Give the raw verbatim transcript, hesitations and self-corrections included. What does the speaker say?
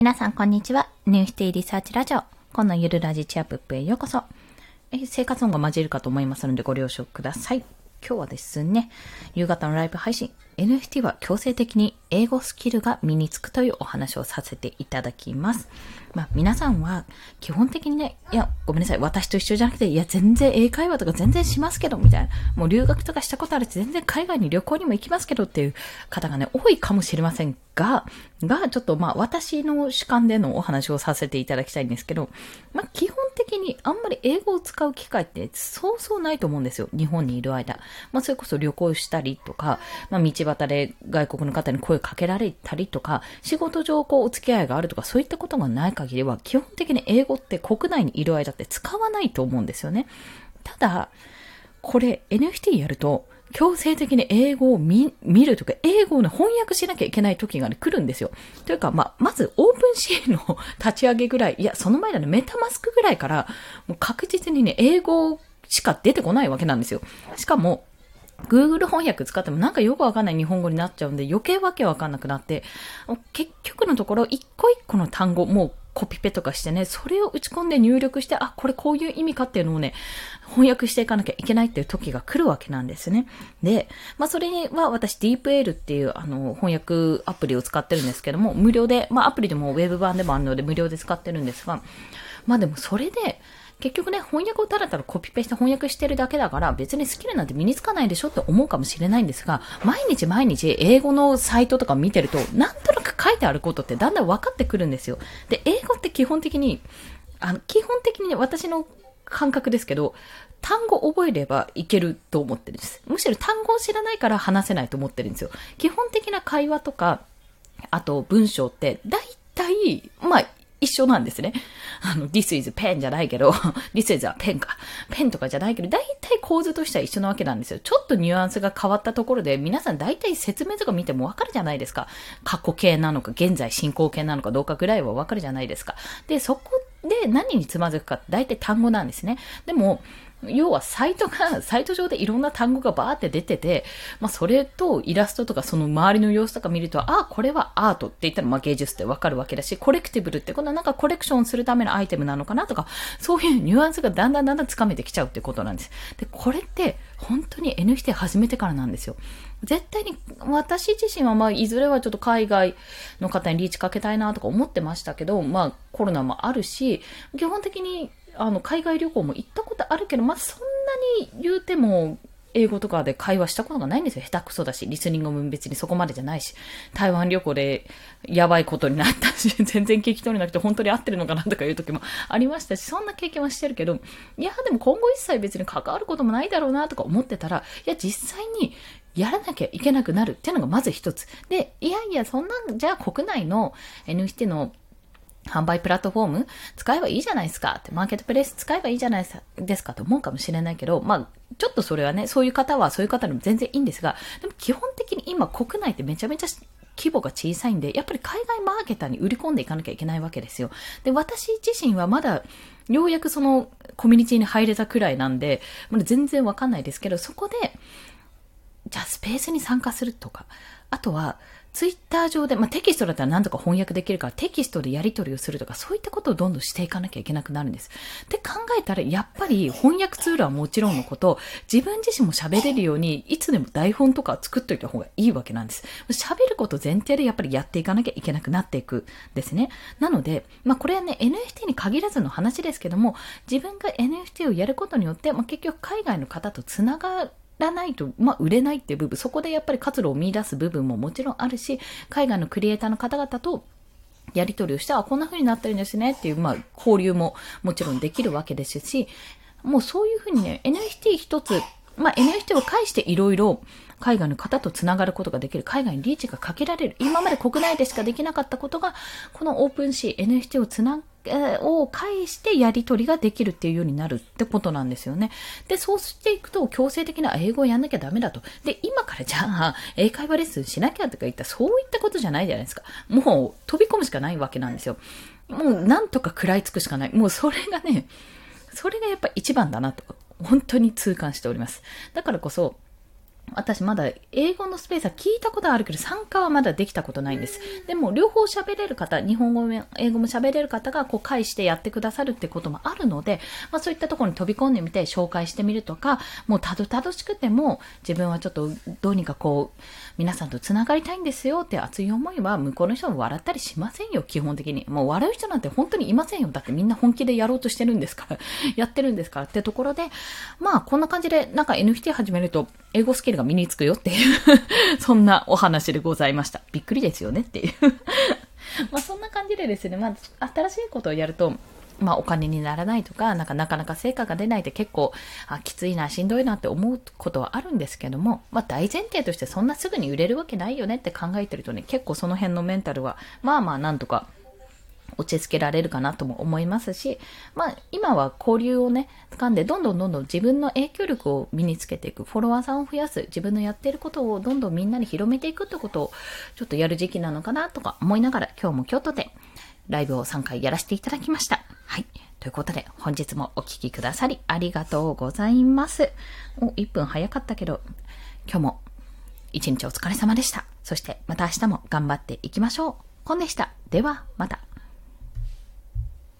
皆さんこんにちは。ニューシティリサーチラジオ。今のゆるラジチアップップへようこそ。え生活音が混じるかと思いますのでご了承ください。今日はですね、夕方のライブ配信、エヌエフティー は強制的に英語スキルが身につくというお話をさせていただきます。まあ皆さんは基本的にね、いやごめんなさい、私と一緒じゃなくて、いや全然英会話とか全然しますけどみたいな、もう留学とかしたことあるし全然海外に旅行にも行きますけどっていう方がね多いかもしれませんが、がちょっとまあ私の主観でのお話をさせていただきたいんですけど、まあ基本的にあんまり英語を使う機会ってそうそうないと思うんですよ。日本にいる間、まあそれこそ旅行したりとか、まあ道端で外国の方に声かけられたりとか、仕事上こうお付き合いがあるとか、そういったことがない限りは基本的に英語って国内にいる間って使わないと思うんですよね。ただこれ エヌエフティー やると強制的に英語を 見, 見るとか、英語を、ね、翻訳しなきゃいけない時が、ね、来るんですよ。というか、まあ、まずオープンシーの立ち上げぐらい、いや、その前だね、メタマスクぐらいから、もう確実にね、英語しか出てこないわけなんですよ。しかも、Google 翻訳使ってもなんかよくわかんない日本語になっちゃうんで、余計わけわかんなくなって、結局のところ、一個一個の単語、もう、コピペとかしてね、それを打ち込んで入力して、あ、これこういう意味かっていうのをね、翻訳していかなきゃいけないっていう時が来るわけなんですね。で、まあそれは私 ディープエール っていうあの翻訳アプリを使ってるんですけども、無料で、まあアプリでもウェブ版でもあるので無料で使ってるんですが、まあでもそれで、結局ね、翻訳をただただコピペして翻訳してるだけだから別にスキルなんて身につかないでしょって思うかもしれないんですが、毎日毎日英語のサイトとか見てるとなんとなく書いてあることってだんだん分かってくるんですよ。で、英語って基本的に、あの、基本的にね、私の感覚ですけど、単語覚えればいけると思ってるんです。むしろ単語を知らないから話せないと思ってるんですよ。基本的な会話とか、あと文章って大体、まあ、一緒なんですね。あの、this is pen じゃないけど、this is a pen か。ペンとかじゃないけど、大体構図としては一緒なわけなんですよ。ちょっとニュアンスが変わったところで、皆さん大体説明とか見てもわかるじゃないですか。過去形なのか、現在進行形なのかどうかぐらいはわかるじゃないですか。で、そこで何につまずくかって大体単語なんですね。でも、要はサイトが、サイト上でいろんな単語がバーって出てて、まあそれとイラストとかその周りの様子とか見ると、ああ、これはアートって言ったらまあ芸術ってわかるわけだし、コレクティブルってこのなんかコレクションするためのアイテムなのかなとか、そういうニュアンスがだんだんだんだんつかめてきちゃうってことなんです。で、これって本当に エヌエフティー 始めてからなんですよ。絶対に私自身はまあいずれはちょっと海外の方にリーチかけたいなとか思ってましたけど、まあコロナもあるし、基本的にあの海外旅行も行ったことあるけど、まあそんなに言うても英語とかで会話したことがないんですよ。下手くそだし、リスニングも別にそこまでじゃないし、台湾旅行でやばいことになったし、全然聞き取れなくて本当に合ってるのかなとかいう時もありましたし、そんな経験はしてるけど、いやでも今後一切別に関わることもないだろうなとか思ってたら、いや実際にやらなきゃいけなくなるっていうのがまず一つ。で、いやいや、そんなんじゃあ国内の エヌエフティー の販売プラットフォーム使えばいいじゃないですかって、マーケットプレイス使えばいいじゃないですかと思うかもしれないけど、まあ、ちょっとそれはね、そういう方はそういう方でも全然いいんですが、でも基本的に今国内ってめちゃめちゃ規模が小さいんで、やっぱり海外マーケターに売り込んでいかなきゃいけないわけですよ。で、私自身はまだ、ようやくそのコミュニティに入れたくらいなんで、まだ全然わかんないですけど、そこで、じゃあスペースに参加するとか、あとは、ツイッター上で、まあ、テキストだったら何とか翻訳できるからテキストでやり取りをするとか、そういったことをどんどんしていかなきゃいけなくなるんです。って考えたら、やっぱり翻訳ツールはもちろんのこと、自分自身も喋れるように、いつでも台本とか作っといた方がいいわけなんです。喋ること前提でやっぱりやっていかなきゃいけなくなっていくですね。なので、まあ、これはね、エヌエフティー に限らずの話ですけども、自分が エヌエフティー をやることによって、まあ、結局海外の方とつながるらないと、まあ、売れないっていう部分、そこでやっぱり活路を見出す部分ももちろんあるし、海外のクリエイターの方々とやり取りをして、あ、こんな風になってるんですねっていう、まあ、交流ももちろんできるわけですし、もうそういう風にね、エヌエフティー 一つ、まあ、エヌエフティー を介していろいろ海外の方とつながることができる、海外にリーチがかけられる、今まで国内でしかできなかったことが、このオープンシー、エヌエフティー をつなを介してやり取りができるっていうようになるってことなんですよね。で、そうしていくと強制的な英語をやんなきゃダメだと。で、今からじゃあ英会話レッスンしなきゃとか言ったらそういったことじゃないじゃないですか。もう飛び込むしかないわけなんですよ。もうなんとか食らいつくしかない。もうそれがね、それがやっぱ一番だなと本当に痛感しております。だからこそ私まだ英語のスペースは聞いたことはあるけど参加はまだできたことないんです。でも両方喋れる方、日本語も英語も喋れる方がこう介してやってくださるってこともあるので、まあそういったところに飛び込んでみて紹介してみるとか、もうたどたどしくても自分はちょっとどうにかこう皆さんとつながりたいんですよって熱い思いは向こうの人も笑ったりしませんよ、基本的に。もう笑う人なんて本当にいませんよ。だってみんな本気でやろうとしてるんですから、やってるんですからってところで、まあこんな感じでなんか エヌエフティー 始めると英語スキルが身につくよっていうそんなお話でございました。びっくりですよねっていうまあそんな感じでですね、まあ新しいことをやると、まあお金にならないとか、なんかなかなか成果が出ないって結構、あ、きついな、しんどいなって思うことはあるんですけども、まあ大前提としてそんなすぐに売れるわけないよねって考えてるとね、結構その辺のメンタルは、まあまあなんとか、落ち着けられるかなとも思いますし、まあ今は交流をね、掴んでどんどんどんどん自分の影響力を身につけていく、フォロワーさんを増やす、自分のやっていることをどんどんみんなに広めていくってことをちょっとやる時期なのかなとか思いながら、今日も京都でライブをさんかいやらせていただきました。はい。ということで本日もお聞きくださりありがとうございます。お、いっぷん早かったけど、今日も一日お疲れ様でした。そしてまた明日も頑張っていきましょう。コンでした。ではまた。